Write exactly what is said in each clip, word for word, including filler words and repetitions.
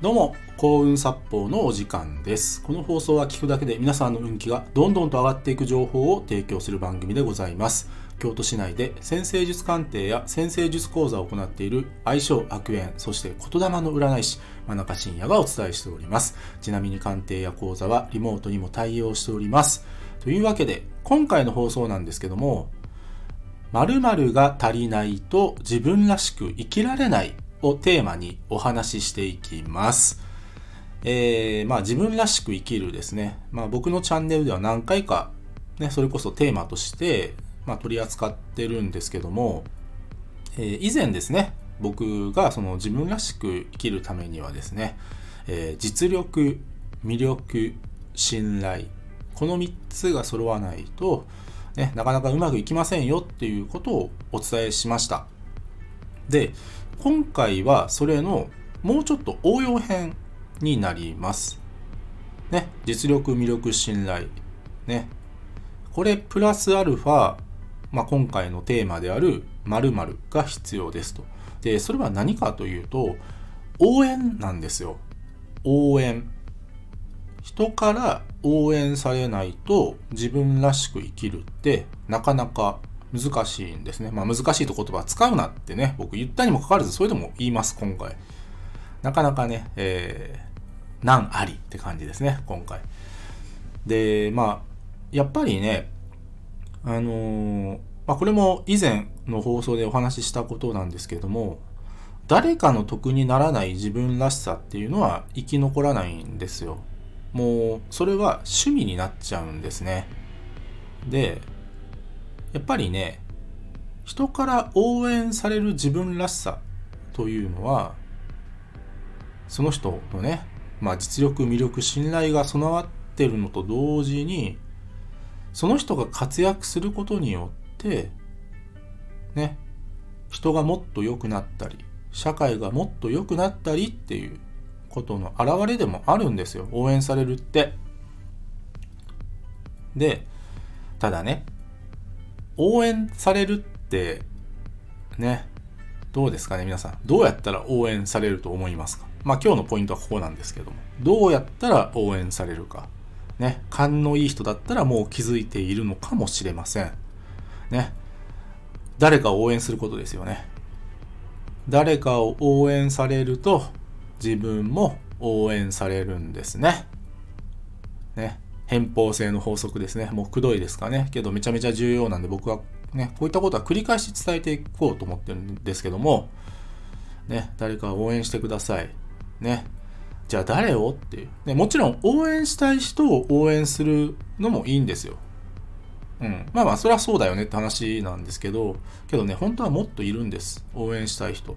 どうも、幸運殺法のお時間です。この放送は聞くだけで皆さんの運気がどんどんと上がっていく情報を提供する番組でございます。京都市内で占星術鑑定や占星術講座を行っている相性悪縁、そして言霊の占い師、真中信也がお伝えしております。ちなみに鑑定や講座はリモートにも対応しております。というわけで、今回の放送なんですけども、〇〇が足りないと自分らしく生きられないをテーマにお話ししていきます。えー、まあ自分らしく生きるですね。まあ僕のチャンネルでは何回かね、それこそテーマとしてまあ取り扱ってるんですけども、えー、以前ですね、僕がその自分らしく生きるためにはですね、えー、実力、魅力、信頼、このみっつが揃わないとね、なかなかうまくいきませんよっていうことをお伝えしました。で、今回はそれのもうちょっと応用編になります。ね、実力、魅力、信頼。ね。これプラスアルファ、まあ、今回のテーマである〇〇が必要ですと。で、それは何かというと、応援なんですよ。応援。人から応援されないと自分らしく生きるってなかなか難しいんですね。まあ難しいと言葉使うなってね、僕言ったにもかかわらずそれでも言います、今回。なかなかね、えー、難ありって感じですね、今回。で、まあ、やっぱりね、あのー、まあこれも以前の放送でお話ししたことなんですけども、誰かの得にならない自分らしさっていうのは生き残らないんですよ。もう、それは趣味になっちゃうんですね。で、やっぱりね、人から応援される自分らしさというのは、その人のね、まあ実力、魅力、信頼が備わってるのと同時に、その人が活躍することによって、ね、人がもっと良くなったり、社会がもっと良くなったりっていうことの表れでもあるんですよ。応援されるって。で、ただね、応援されるってね、どうですかね皆さん。どうやったら応援されると思いますか？まあ今日のポイントはここなんですけども、どうやったら応援されるか。ね、勘のいい人だったらもう気づいているのかもしれません。ね、誰かを応援することですよね。誰かを応援されると自分も応援されるんですね。ね。偏方性の法則ですね。もうくどいですかね。けどめちゃめちゃ重要なんで僕はね、こういったことは繰り返し伝えていこうと思ってるんですけども、ね、誰かを応援してください。ね。じゃあ誰をっていう。ね、もちろん応援したい人を応援するのもいいんですよ。うん。まあまあ、それはそうだよねって話なんですけど、けどね、本当はもっといるんです。応援したい人。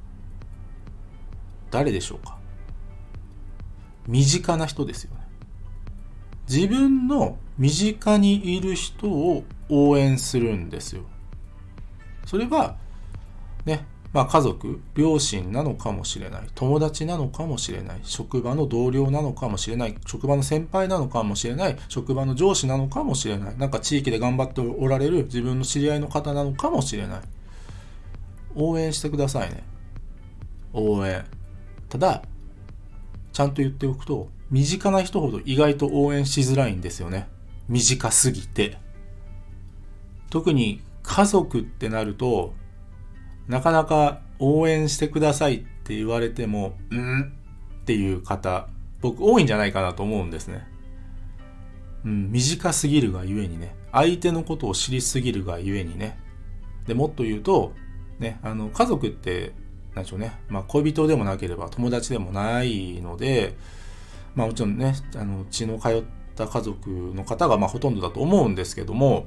誰でしょうか？身近な人ですよね。自分の身近にいる人を応援するんですよ。それはね、まあ家族、両親なのかもしれない、友達なのかもしれない、職場の同僚なのかもしれない、職場の先輩なのかもしれない、職場の上司なのかもしれない、なんか地域で頑張っておられる自分の知り合いの方なのかもしれない。応援してくださいね。応援。ただ、ちゃんと言っておくと、身近な人ほど意外と応援しづらいんですよね。短すぎて。特に家族ってなると、なかなか応援してくださいって言われても、んっていう方、僕多いんじゃないかなと思うんですね。うん、短すぎるがゆえにね、相手のことを知りすぎるがゆえにね。で、もっと言うと、ね、あの、家族って、なんでしょうね、まあ恋人でもなければ友達でもないので、まあもちろんね、あの血の通った家族の方がまあほとんどだと思うんですけども、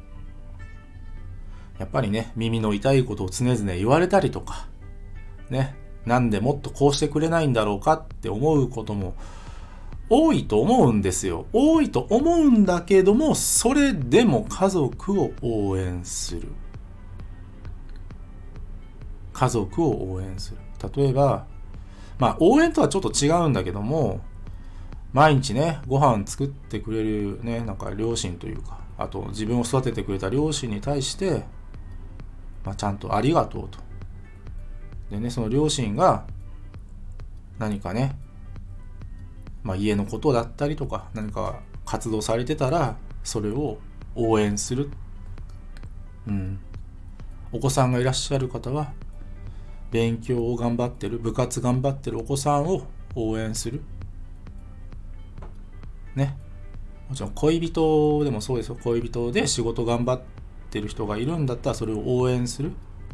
やっぱりね、耳の痛いことを常々言われたりとか、ね、なんでもっとこうしてくれないんだろうかって思うことも多いと思うんですよ。多いと思うんだけども、それでも家族を応援する。家族を応援する。例えば、まあ応援とはちょっと違うんだけども、毎日ね、ご飯作ってくれるね、なんか両親というか、あと自分を育ててくれた両親に対して、まあ、ちゃんとありがとうと。でね、その両親が何かね、 まあ、家のことだったりとか何か活動されてたらそれを応援する、うん、お子さんがいらっしゃる方は勉強を頑張ってる部活頑張ってるお子さんを応援するね。もちろん恋人でもそうですよ。恋人で仕事頑張ってる人がいるんだったらそれを応援する、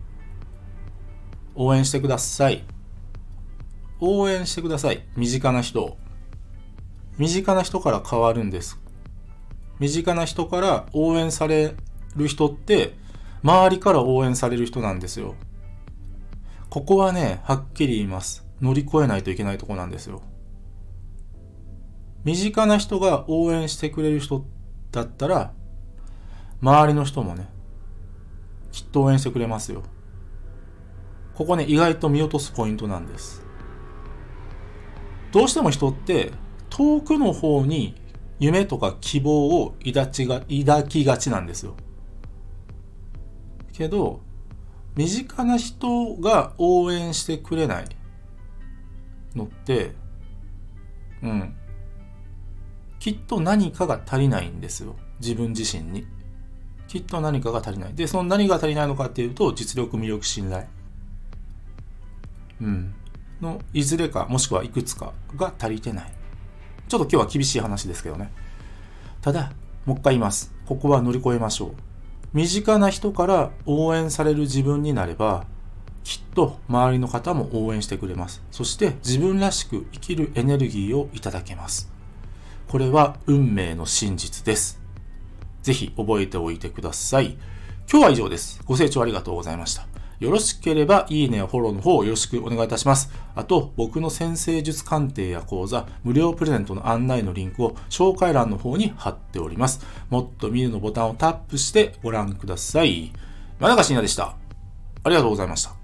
応援してください。応援してください。身近な人、身近な人から変わるんです。身近な人から応援される人って周りから応援される人なんですよ。ここはね、はっきり言います。乗り越えないといけないところなんですよ。身近な人が応援してくれる人だったら周りの人もねきっと応援してくれますよ。ここね、意外と見落とすポイントなんです。どうしても人って遠くの方に夢とか希望を抱きが、抱きがちなんですよ。けど身近な人が応援してくれないのってうんきっと何かが足りないんですよ。自分自身にきっと何かが足りない。でその何が足りないのかっていうと実力、魅力、信頼、うんのいずれかもしくはいくつかが足りてない。ちょっと今日は厳しい話ですけどね。ただもう一回言います。ここは乗り越えましょう。身近な人から応援される自分になればきっと周りの方も応援してくれます。そして自分らしく生きるエネルギーをいただけます。これは運命の真実です。ぜひ覚えておいてください。今日は以上です。ご清聴ありがとうございました。よろしければいいねやフォローの方よろしくお願いいたします。あと僕の先生術鑑定や講座無料プレゼントの案内のリンクを紹介欄の方に貼っております。もっと見るのボタンをタップしてご覧ください。山中伸也でした。ありがとうございました。